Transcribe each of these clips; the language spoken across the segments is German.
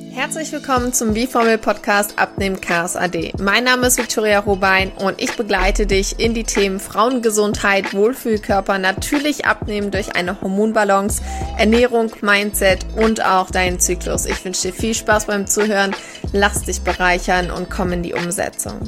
Herzlich willkommen zum B-Formel-Podcast Abnehmen Chaos AD. Mein Name ist Viktoria Robein und ich begleite dich in die Themen Frauengesundheit, Wohlfühlkörper, natürlich Abnehmen durch eine Hormonbalance, Ernährung, Mindset und auch deinen Zyklus. Ich wünsche dir viel Spaß beim Zuhören, lass dich bereichern und komm in die Umsetzung.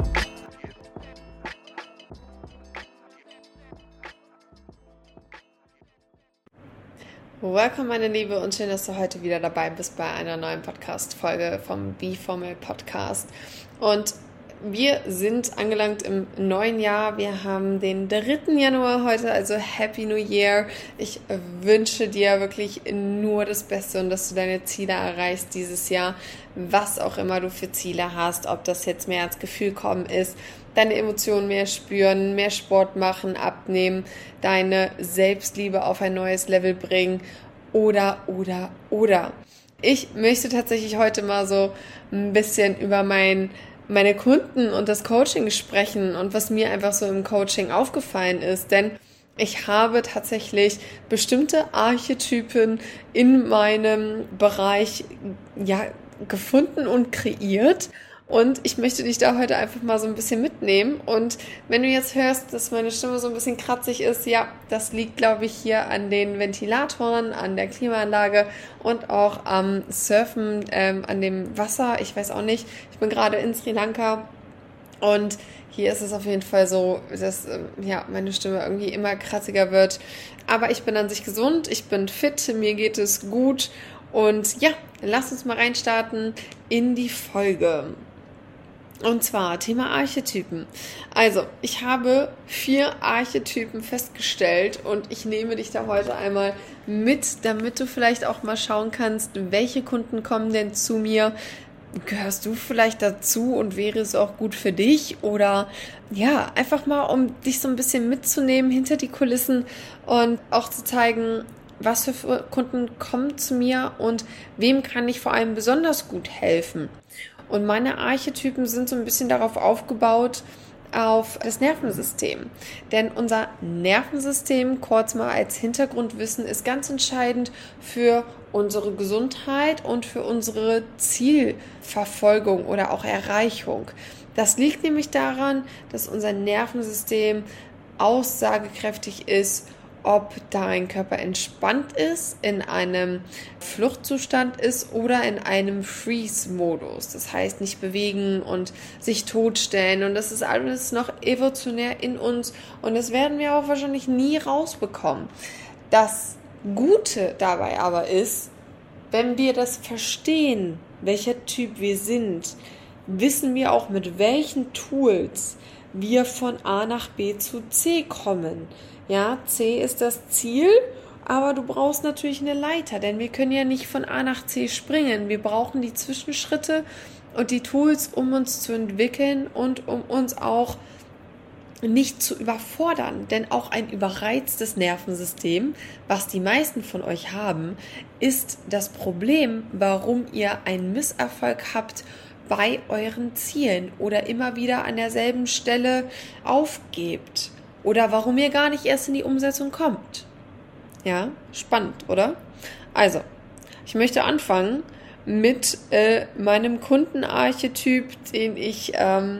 Welcome meine Liebe und schön, dass du heute wieder dabei bist bei einer neuen Podcast-Folge vom B-Formel Podcast. Und wir sind angelangt im neuen Jahr. Wir haben den 3. Januar heute, also Happy New Year. Ich wünsche dir wirklich nur das Beste und dass du deine Ziele erreichst dieses Jahr, was auch immer du für Ziele hast, ob das jetzt mehr ans Gefühl kommen ist, deine Emotionen mehr spüren, mehr Sport machen, abnehmen, deine Selbstliebe auf ein neues Level bringen oder. Ich möchte tatsächlich heute mal so ein bisschen über meine Kunden und das Coaching sprechen und was mir einfach so im Coaching aufgefallen ist, denn ich habe tatsächlich bestimmte Archetypen in meinem Bereich gefunden und kreiert. Und ich möchte dich da heute einfach mal so ein bisschen mitnehmen. Und wenn du jetzt hörst, dass meine Stimme so ein bisschen kratzig ist, ja, das liegt, glaube ich, hier an den Ventilatoren, an der Klimaanlage und auch am Surfen, an dem Wasser. Ich weiß auch nicht, ich bin gerade in Sri Lanka und hier ist es auf jeden Fall so, dass meine Stimme irgendwie immer kratziger wird. Aber ich bin an sich gesund, ich bin fit, mir geht es gut. Und ja, lass uns mal reinstarten in die Folge. Und zwar Thema Archetypen. Also, ich habe 4 Archetypen festgestellt und ich nehme dich da heute einmal mit, damit du vielleicht auch mal schauen kannst, welche Kunden kommen denn zu mir. Gehörst du vielleicht dazu und wäre es auch gut für dich? Oder ja, einfach mal, um dich so ein bisschen mitzunehmen hinter die Kulissen und auch zu zeigen, was für Kunden kommen zu mir und wem kann ich vor allem besonders gut helfen. Und meine Archetypen sind so ein bisschen darauf aufgebaut, auf das Nervensystem. Denn unser Nervensystem, kurz mal als Hintergrundwissen, ist ganz entscheidend für unsere Gesundheit und für unsere Zielverfolgung oder auch Erreichung. Das liegt nämlich daran, dass unser Nervensystem aussagekräftig ist, ob dein Körper entspannt ist, in einem Fluchtzustand ist oder in einem Freeze-Modus. Das heißt, nicht bewegen und sich totstellen. Und das ist alles noch evolutionär in uns. Und das werden wir auch wahrscheinlich nie rausbekommen. Das Gute dabei aber ist, wenn wir das verstehen, welcher Typ wir sind, wissen wir auch, mit welchen Tools wir von A nach B zu C kommen. Ja, C ist das Ziel, aber du brauchst natürlich eine Leiter, denn wir können ja nicht von A nach C springen. Wir brauchen die Zwischenschritte und die Tools, um uns zu entwickeln und um uns auch nicht zu überfordern. Denn auch ein überreiztes Nervensystem, was die meisten von euch haben, ist das Problem, warum ihr einen Misserfolg habt bei euren Zielen oder immer wieder an derselben Stelle aufgebt. Oder warum ihr gar nicht erst in die Umsetzung kommt. Ja, spannend, oder? Also, ich möchte anfangen mit meinem Kundenarchetyp, den ich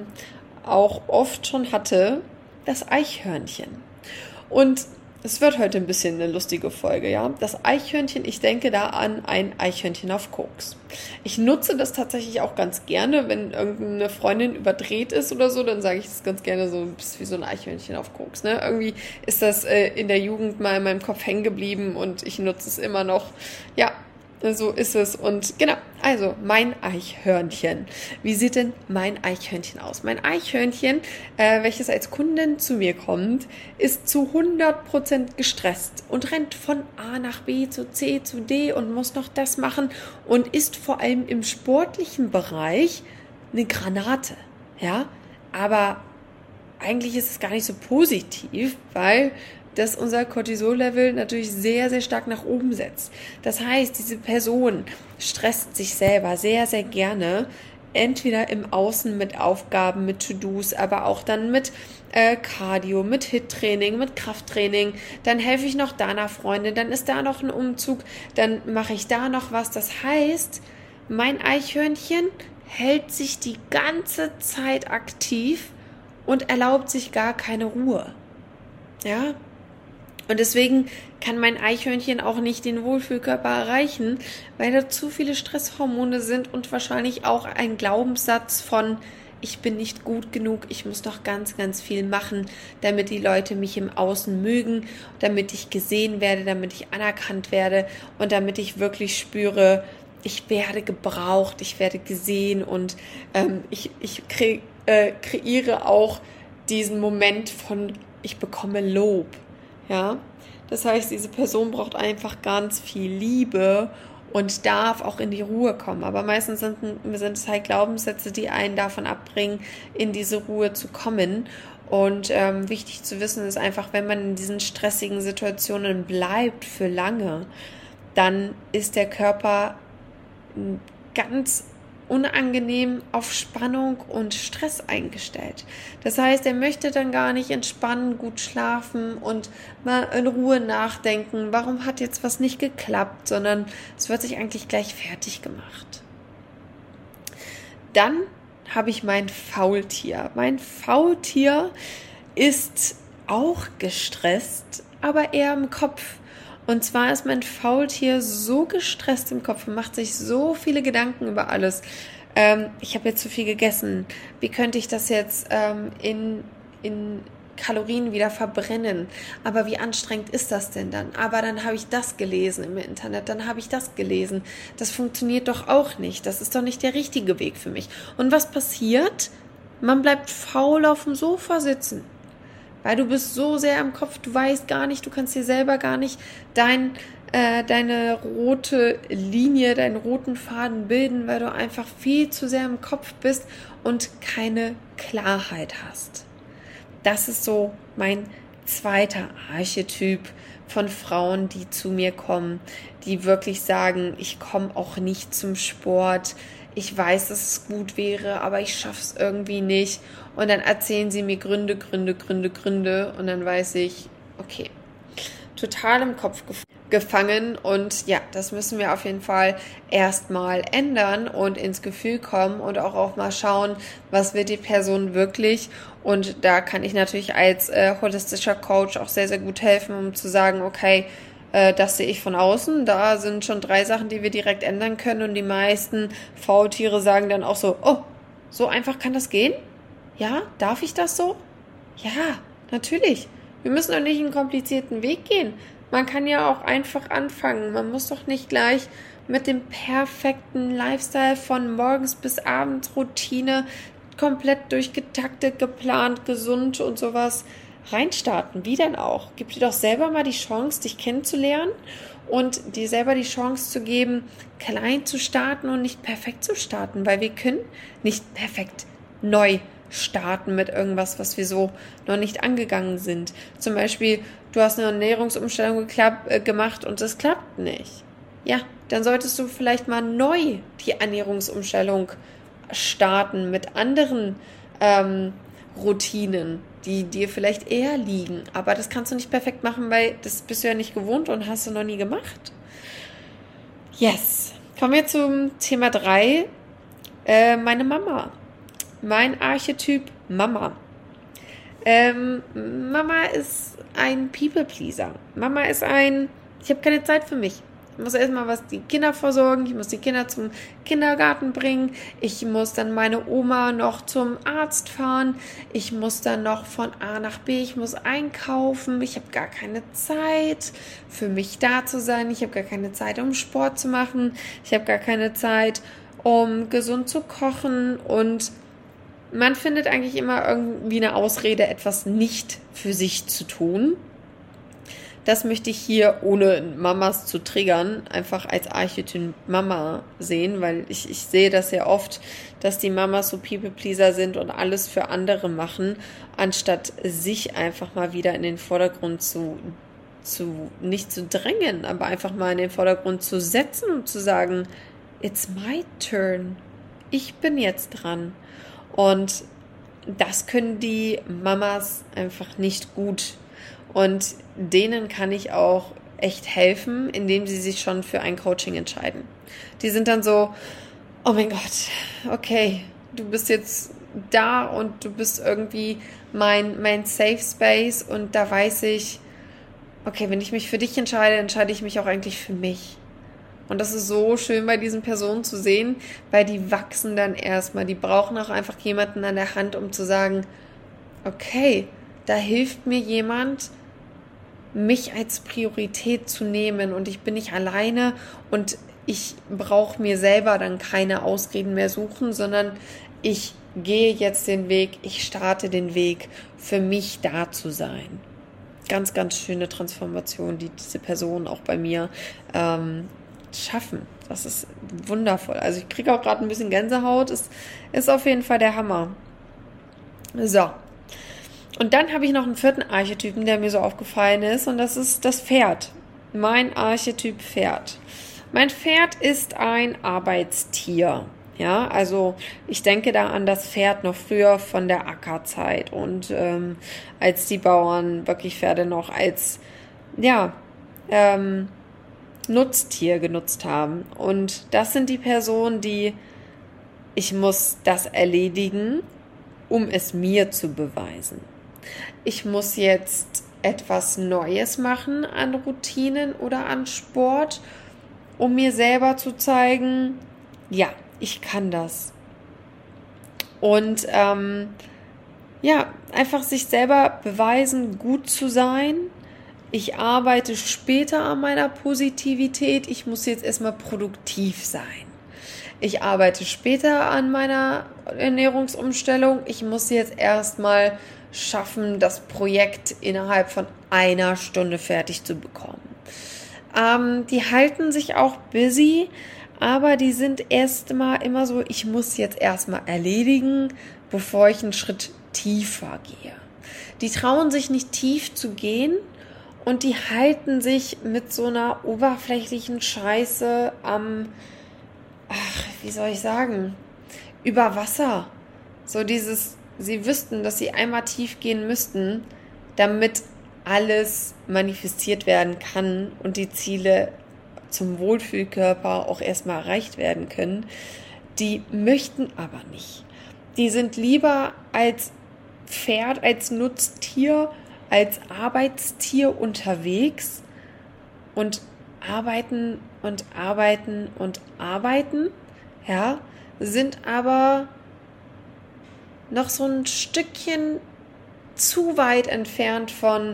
auch oft schon hatte, das Eichhörnchen. Und es wird heute ein bisschen eine lustige Folge, ja. Das Eichhörnchen, ich denke da an ein Eichhörnchen auf Koks. Ich nutze das tatsächlich auch ganz gerne, wenn irgendeine Freundin überdreht ist oder so, dann sage ich das ganz gerne so, bist wie so ein Eichhörnchen auf Koks, ne? Irgendwie ist das in der Jugend mal in meinem Kopf hängen geblieben und ich nutze es immer noch. Ja, so ist es. Und genau, also mein Eichhörnchen. Wie sieht denn mein Eichhörnchen aus? Mein Eichhörnchen, welches als Kundin zu mir kommt, ist zu 100% gestresst und rennt von A nach B zu C zu D und muss noch das machen und ist vor allem im sportlichen Bereich eine Granate. Ja, aber eigentlich ist es gar nicht so positiv, weil dass unser Cortisol-Level natürlich sehr, sehr stark nach oben setzt. Das heißt, diese Person stresst sich selber sehr, sehr gerne, entweder im Außen mit Aufgaben, mit To-Dos, aber auch dann mit Cardio, mit HIIT-Training, mit Krafttraining. Dann helfe ich noch da einer Freundin, dann ist da noch ein Umzug, dann mache ich da noch was. Das heißt, mein Eichhörnchen hält sich die ganze Zeit aktiv und erlaubt sich gar keine Ruhe. Ja? Und deswegen kann mein Eichhörnchen auch nicht den Wohlfühlkörper erreichen, weil da zu viele Stresshormone sind und wahrscheinlich auch ein Glaubenssatz von ich bin nicht gut genug, ich muss noch ganz, ganz viel machen, damit die Leute mich im Außen mögen, damit ich gesehen werde, damit ich anerkannt werde und damit ich wirklich spüre, ich werde gebraucht, ich werde gesehen und ich kreiere auch diesen Moment von ich bekomme Lob. Ja? Das heißt, diese Person braucht einfach ganz viel Liebe und darf auch in die Ruhe kommen. Aber meistens sind es halt Glaubenssätze, die einen davon abbringen, in diese Ruhe zu kommen. Und wichtig zu wissen ist einfach, wenn man in diesen stressigen Situationen bleibt für lange, dann ist der Körper ganz unangenehm auf Spannung und Stress eingestellt. Das heißt, er möchte dann gar nicht entspannen, gut schlafen und mal in Ruhe nachdenken, warum hat jetzt was nicht geklappt, sondern es wird sich eigentlich gleich fertig gemacht. Dann habe ich mein Faultier. Mein Faultier ist auch gestresst, aber eher im Kopf. Und zwar ist mein Faultier so gestresst im Kopf und macht sich so viele Gedanken über alles. Ich habe jetzt zu viel gegessen. Wie könnte ich das jetzt in Kalorien wieder verbrennen? Aber wie anstrengend ist das denn dann? Aber dann habe ich das gelesen im Internet, dann habe ich das gelesen. Das funktioniert doch auch nicht. Das ist doch nicht der richtige Weg für mich. Und was passiert? Man bleibt faul auf dem Sofa sitzen. Weil du bist so sehr im Kopf, du weißt gar nicht, du kannst dir selber gar nicht deine rote Linie, deinen roten Faden bilden, weil du einfach viel zu sehr im Kopf bist und keine Klarheit hast. Das ist so mein zweiter Archetyp von Frauen, die zu mir kommen, die wirklich sagen, ich komme auch nicht zum Sport, ich weiß, dass es gut wäre, aber ich schaffe es irgendwie nicht. Und dann erzählen sie mir Gründe und dann weiß ich, okay, total im Kopf gefangen und ja, das müssen wir auf jeden Fall erstmal ändern und ins Gefühl kommen und auch mal schauen, was will die Person wirklich. Und da kann ich natürlich als holistischer Coach auch sehr, sehr gut helfen, um zu sagen, okay, das sehe ich von außen, da sind schon 3 Sachen, die wir direkt ändern können und die meisten Faultiere sagen dann auch so, oh, so einfach kann das gehen? Ja, darf ich das so? Ja, natürlich. Wir müssen doch nicht einen komplizierten Weg gehen. Man kann ja auch einfach anfangen. Man muss doch nicht gleich mit dem perfekten Lifestyle von morgens bis abends Routine, komplett durchgetaktet, geplant, gesund und sowas reinstarten. Wie denn auch? Gib dir doch selber mal die Chance, dich kennenzulernen und dir selber die Chance zu geben, klein zu starten und nicht perfekt zu starten, weil wir können nicht perfekt neu starten mit irgendwas, was wir so noch nicht angegangen sind. Zum Beispiel, du hast eine Ernährungsumstellung gemacht und es klappt nicht. Ja, dann solltest du vielleicht mal neu die Ernährungsumstellung starten mit anderen Routinen, die dir vielleicht eher liegen. Aber das kannst du nicht perfekt machen, weil das bist du ja nicht gewohnt und hast du noch nie gemacht. Yes. Kommen wir zum Thema 3. Meine Mama. Mein Archetyp Mama. Mama ist ein People-Pleaser. Mama ist ich habe keine Zeit für mich. Ich muss erstmal die Kinder versorgen, ich muss die Kinder zum Kindergarten bringen, ich muss dann meine Oma noch zum Arzt fahren, ich muss dann noch von A nach B, ich muss einkaufen, ich habe gar keine Zeit für mich da zu sein, ich habe gar keine Zeit, um Sport zu machen, ich habe gar keine Zeit, um gesund zu kochen und man findet eigentlich immer irgendwie eine Ausrede, etwas nicht für sich zu tun. Das möchte ich hier, ohne Mamas zu triggern, einfach als Archetyp Mama sehen, weil ich sehe das sehr oft, dass die Mamas so People-Pleaser sind und alles für andere machen, anstatt sich einfach mal wieder in den Vordergrund nicht zu drängen, aber einfach mal in den Vordergrund zu setzen und zu sagen, it's my turn. Ich bin jetzt dran. Und das können die Mamas einfach nicht gut. Und denen kann ich auch echt helfen, indem sie sich schon für ein Coaching entscheiden. Die sind dann so, oh mein Gott, okay, du bist jetzt da und du bist irgendwie mein Safe Space und da weiß ich, okay, wenn ich mich für dich entscheide, entscheide ich mich auch eigentlich für mich. Und das ist so schön bei diesen Personen zu sehen, weil die wachsen dann erstmal. Die brauchen auch einfach jemanden an der Hand, um zu sagen, okay, da hilft mir jemand, mich als Priorität zu nehmen und ich bin nicht alleine und ich brauche mir selber dann keine Ausreden mehr suchen, sondern ich gehe jetzt den Weg, ich starte den Weg, für mich da zu sein. Ganz, ganz schöne Transformation, die diese Personen auch bei mir schaffen. Das ist wundervoll. Also ich kriege auch gerade ein bisschen Gänsehaut. Ist auf jeden Fall der Hammer. So. Und dann habe ich noch einen vierten Archetypen, der mir so aufgefallen ist. Und das ist das Pferd. Mein Archetyp Pferd. Mein Pferd ist ein Arbeitstier. Ja, also ich denke da an das Pferd noch früher von der Ackerzeit und als die Bauern wirklich Pferde noch als Nutztier genutzt haben. Und das sind die Personen, die ich muss das erledigen, um es mir zu beweisen. Ich muss jetzt etwas Neues machen an Routinen oder an Sport, um mir selber zu zeigen, ja, ich kann das. Und einfach sich selber beweisen, gut zu sein. Ich arbeite später an meiner Positivität. Ich muss jetzt erstmal produktiv sein. Ich arbeite später an meiner Ernährungsumstellung. Ich muss jetzt erstmal schaffen, das Projekt innerhalb von 1 Stunde fertig zu bekommen. Die halten sich auch busy, aber die sind erstmal immer so, ich muss jetzt erstmal erledigen, bevor ich einen Schritt tiefer gehe. Die trauen sich nicht tief zu gehen und die halten sich mit so einer oberflächlichen Scheiße wie soll ich sagen, über Wasser. So dieses, sie wüssten, dass sie einmal tief gehen müssten, damit alles manifestiert werden kann und die Ziele zum Wohlfühlkörper auch erstmal erreicht werden können. Die möchten aber nicht. Die sind lieber als Pferd, als Nutztier, als Arbeitstier unterwegs und arbeiten und arbeiten und arbeiten, ja, sind aber noch so ein Stückchen zu weit entfernt von,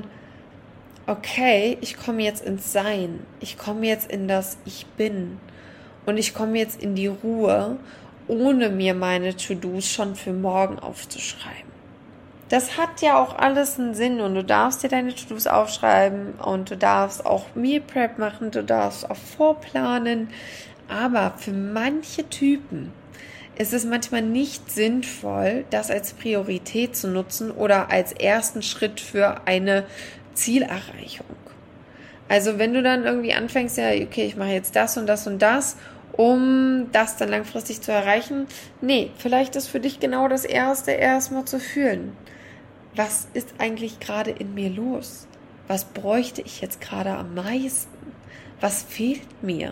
okay, ich komme jetzt ins Sein, ich komme jetzt in das Ich Bin und ich komme jetzt in die Ruhe, ohne mir meine To-Dos schon für morgen aufzuschreiben. Das hat ja auch alles einen Sinn und du darfst dir deine To-Dos aufschreiben und du darfst auch Meal Prep machen, du darfst auch vorplanen, aber für manche Typen ist es manchmal nicht sinnvoll, das als Priorität zu nutzen oder als ersten Schritt für eine Zielerreichung. Also wenn du dann irgendwie anfängst, ja, okay, ich mache jetzt das und das und das, um das dann langfristig zu erreichen, nee, vielleicht ist für dich genau das Erste, erstmal zu fühlen. Was ist eigentlich gerade in mir los? Was bräuchte ich jetzt gerade am meisten? Was fehlt mir?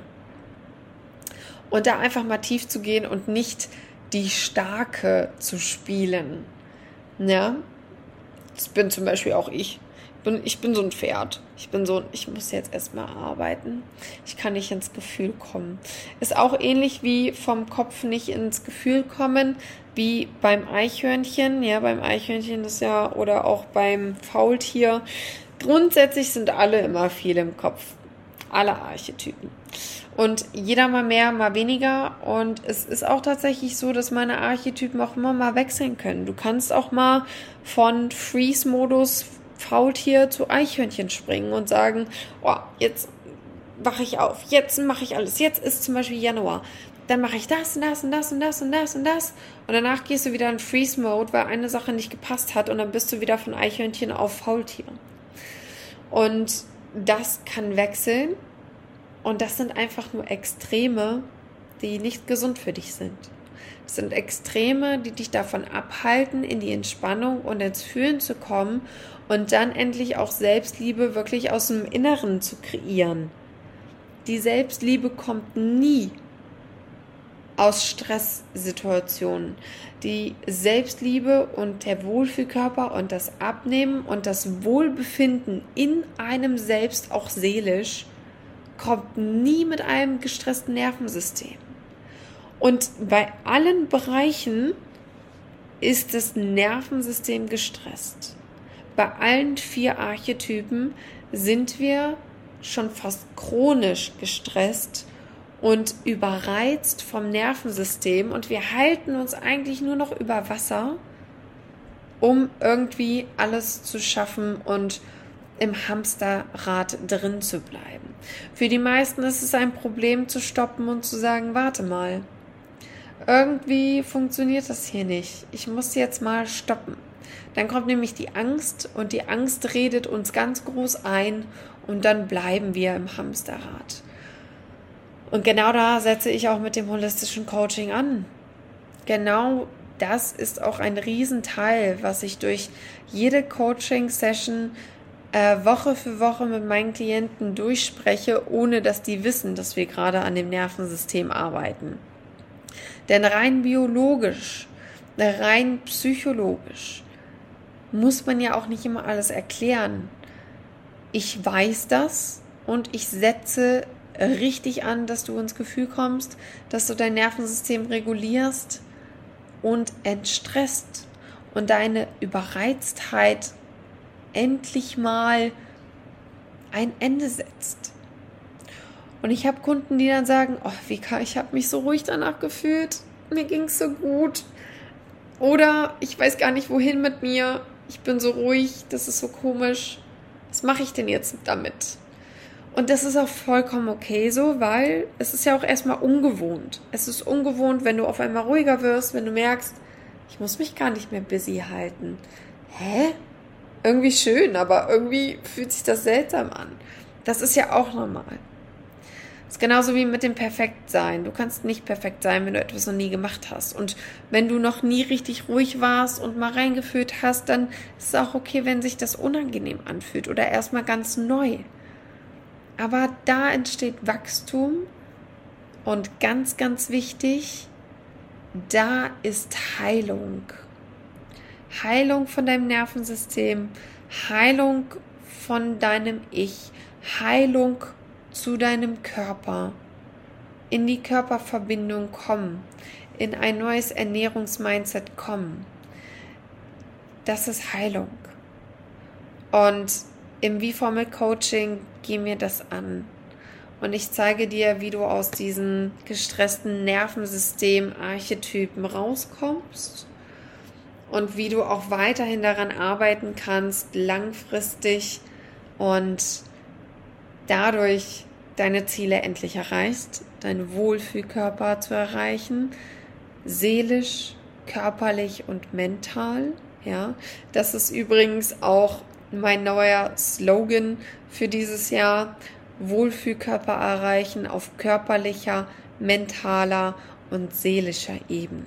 Und da einfach mal tief zu gehen und nicht die Starke zu spielen. Ja? Das bin zum Beispiel auch ich. Ich bin so ein Pferd. Ich muss jetzt erstmal arbeiten. Ich kann nicht ins Gefühl kommen. Ist auch ähnlich wie vom Kopf nicht ins Gefühl kommen, wie beim Eichhörnchen. Ja, beim Eichhörnchen ist ja, oder auch beim Faultier. Grundsätzlich sind alle immer viel im Kopf. Alle Archetypen. Und jeder mal mehr, mal weniger. Und es ist auch tatsächlich so, dass meine Archetypen auch immer mal wechseln können. Du kannst auch mal von Freeze-Modus Faultier zu Eichhörnchen springen und sagen, oh, jetzt wache ich auf, jetzt mache ich alles, jetzt ist zum Beispiel Januar, dann mache ich das und das und das und das und das und das und danach gehst du wieder in Freeze-Mode, weil eine Sache nicht gepasst hat und dann bist du wieder von Eichhörnchen auf Faultier. Und das kann wechseln und das sind einfach nur Extreme, die nicht gesund für dich sind. Das sind Extreme, die dich davon abhalten, in die Entspannung und ins Fühlen zu kommen und dann endlich auch Selbstliebe wirklich aus dem Inneren zu kreieren. Die Selbstliebe kommt nie aus Stresssituationen. Die Selbstliebe und der Wohlfühlkörper und das Abnehmen und das Wohlbefinden in einem selbst, auch seelisch, kommt nie mit einem gestressten Nervensystem. Und bei allen Bereichen ist das Nervensystem gestresst. Bei allen 4 Archetypen sind wir schon fast chronisch gestresst und überreizt vom Nervensystem und wir halten uns eigentlich nur noch über Wasser, um irgendwie alles zu schaffen und im Hamsterrad drin zu bleiben. Für die meisten ist es ein Problem zu stoppen und zu sagen, warte mal, irgendwie funktioniert das hier nicht. Ich muss jetzt mal stoppen. Dann kommt nämlich die Angst und die Angst redet uns ganz groß ein und dann bleiben wir im Hamsterrad. Und genau da setze ich auch mit dem holistischen Coaching an. Genau das ist auch ein Riesenteil, was ich durch jede Coaching-Session Woche für Woche mit meinen Klienten durchspreche, ohne dass die wissen, dass wir gerade an dem Nervensystem arbeiten. Denn rein biologisch, rein psychologisch muss man ja auch nicht immer alles erklären. Ich weiß das und ich setze richtig an, dass du ins Gefühl kommst, dass du dein Nervensystem regulierst und entstresst und deine Überreiztheit endlich mal ein Ende setzt. Und ich habe Kunden, die dann sagen, oh Vika, ich habe mich so ruhig danach gefühlt, mir ging es so gut. Oder ich weiß gar nicht, wohin mit mir, ich bin so ruhig, das ist so komisch. Was mache ich denn jetzt damit? Und das ist auch vollkommen okay so, weil es ist ja auch erstmal ungewohnt. Es ist ungewohnt, wenn du auf einmal ruhiger wirst, wenn du merkst, ich muss mich gar nicht mehr busy halten. Hä? Irgendwie schön, aber irgendwie fühlt sich das seltsam an. Das ist ja auch normal. Das ist genauso wie mit dem Perfektsein. Du kannst nicht perfekt sein, wenn du etwas noch nie gemacht hast. Und wenn du noch nie richtig ruhig warst und mal reingefühlt hast, dann ist es auch okay, wenn sich das unangenehm anfühlt oder erstmal ganz neu. Aber da entsteht Wachstum und ganz, ganz wichtig, da ist Heilung. Heilung von deinem Nervensystem, Heilung von deinem Ich, Heilung zu deinem Körper, in die Körperverbindung kommen, in ein neues Ernährungsmindset kommen. Das ist Heilung. Und im V-Formel Coaching gehen wir das an. Und ich zeige dir, wie du aus diesen gestressten Nervensystem-Archetypen rauskommst und wie du auch weiterhin daran arbeiten kannst, langfristig und dadurch deine Ziele endlich erreichst, deinen Wohlfühlkörper zu erreichen, seelisch, körperlich und mental. Ja, das ist übrigens auch mein neuer Slogan für dieses Jahr: Wohlfühlkörper erreichen auf körperlicher, mentaler und seelischer Ebene.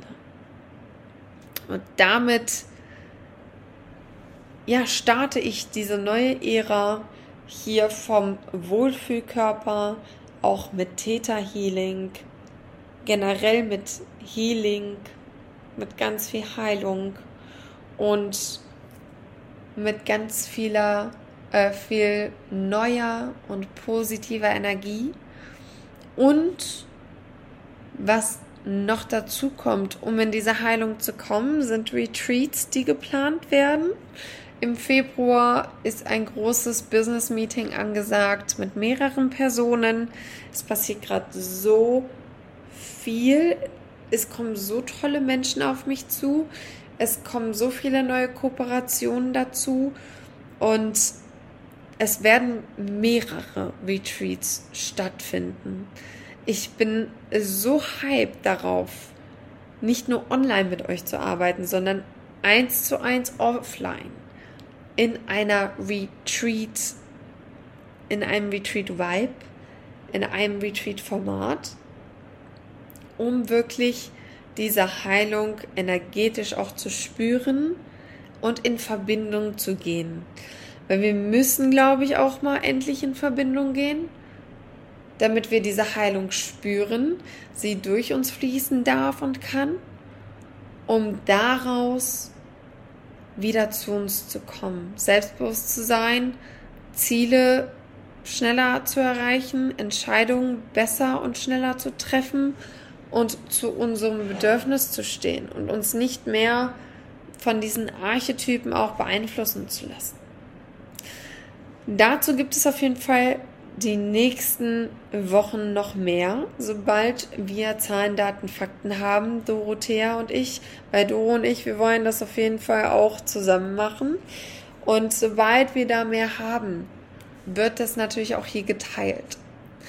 Und damit starte ich diese neue Ära hier vom Wohlfühlkörper, auch mit Theta Healing, generell mit Healing, mit ganz viel Heilung und mit ganz viel neuer und positiver Energie. Und was noch dazu kommt, um in diese Heilung zu kommen, sind Retreats, die geplant werden. Im Februar ist ein großes Business-Meeting angesagt mit mehreren Personen. Es passiert gerade so viel. Es kommen so tolle Menschen auf mich zu. Es kommen so viele neue Kooperationen dazu. Und es werden mehrere Retreats stattfinden. Ich bin so hyped darauf, nicht nur online mit euch zu arbeiten, sondern 1:1 offline. In einem Retreat-Vibe, in einem Retreat-Format, um wirklich diese Heilung energetisch auch zu spüren und in Verbindung zu gehen. Weil wir müssen, glaube ich, auch mal endlich in Verbindung gehen. damit wir diese Heilung spüren, sie durch uns fließen darf und kann, um daraus wieder zu uns zu kommen, selbstbewusst zu sein, Ziele schneller zu erreichen, Entscheidungen besser und schneller zu treffen und zu unserem Bedürfnis zu stehen und uns nicht mehr von diesen Archetypen auch beeinflussen zu lassen. Dazu gibt es auf jeden Fall die nächsten Wochen noch mehr, sobald wir Zahlen, Daten, Fakten haben, Dorothea und ich. Bei Doro und ich, wir wollen das auf jeden Fall auch zusammen machen. Und sobald wir da mehr haben, wird das natürlich auch hier geteilt.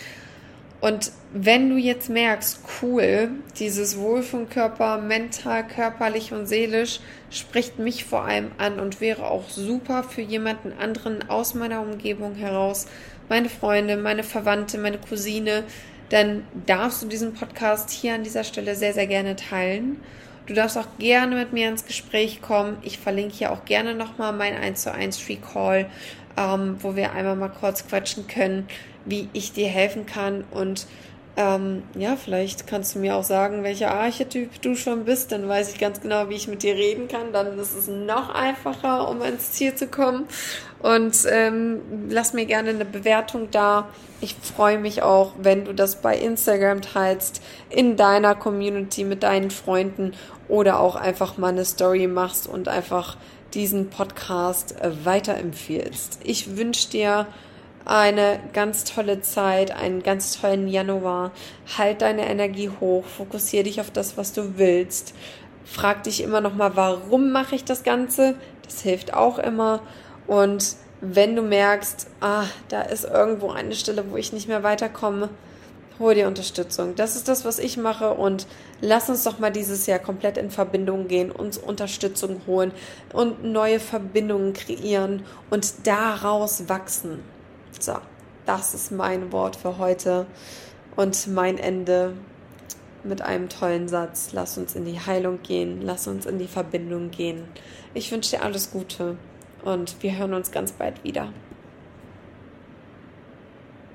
Und wenn du jetzt merkst, cool, dieses Wohl vom Körper, mental, körperlich und seelisch, spricht mich vor allem an und wäre auch super für jemanden anderen aus meiner Umgebung heraus, meine Freunde, meine Verwandte, meine Cousine, dann darfst du diesen Podcast hier an dieser Stelle sehr, sehr gerne teilen. Du darfst auch gerne mit mir ins Gespräch kommen. Ich verlinke hier auch gerne nochmal mein 1:1 Free Call, wo wir einmal mal kurz quatschen können, wie ich dir helfen kann. Und vielleicht kannst du mir auch sagen, welcher Archetyp du schon bist. Dann weiß ich ganz genau, wie ich mit dir reden kann. Dann ist es noch einfacher, um ans Ziel zu kommen. Und lass mir gerne eine Bewertung da. Ich freue mich auch, wenn du das bei Instagram teilst, in deiner Community mit deinen Freunden oder auch einfach mal eine Story machst und einfach diesen Podcast weiterempfiehlst. Ich wünsche dir eine ganz tolle Zeit, einen ganz tollen Januar. Halt deine Energie hoch, fokussiere dich auf das, was du willst. Frag dich immer noch mal, warum mache ich das Ganze? Das hilft auch immer. Und wenn du merkst, da ist irgendwo eine Stelle, wo ich nicht mehr weiterkomme, hol dir Unterstützung. Das ist das, was ich mache, und lass uns doch mal dieses Jahr komplett in Verbindung gehen, uns Unterstützung holen und neue Verbindungen kreieren und daraus wachsen. So, das ist mein Wort für heute und mein Ende mit einem tollen Satz. Lass uns in die Heilung gehen, lass uns in die Verbindung gehen. Ich wünsche dir alles Gute und wir hören uns ganz bald wieder.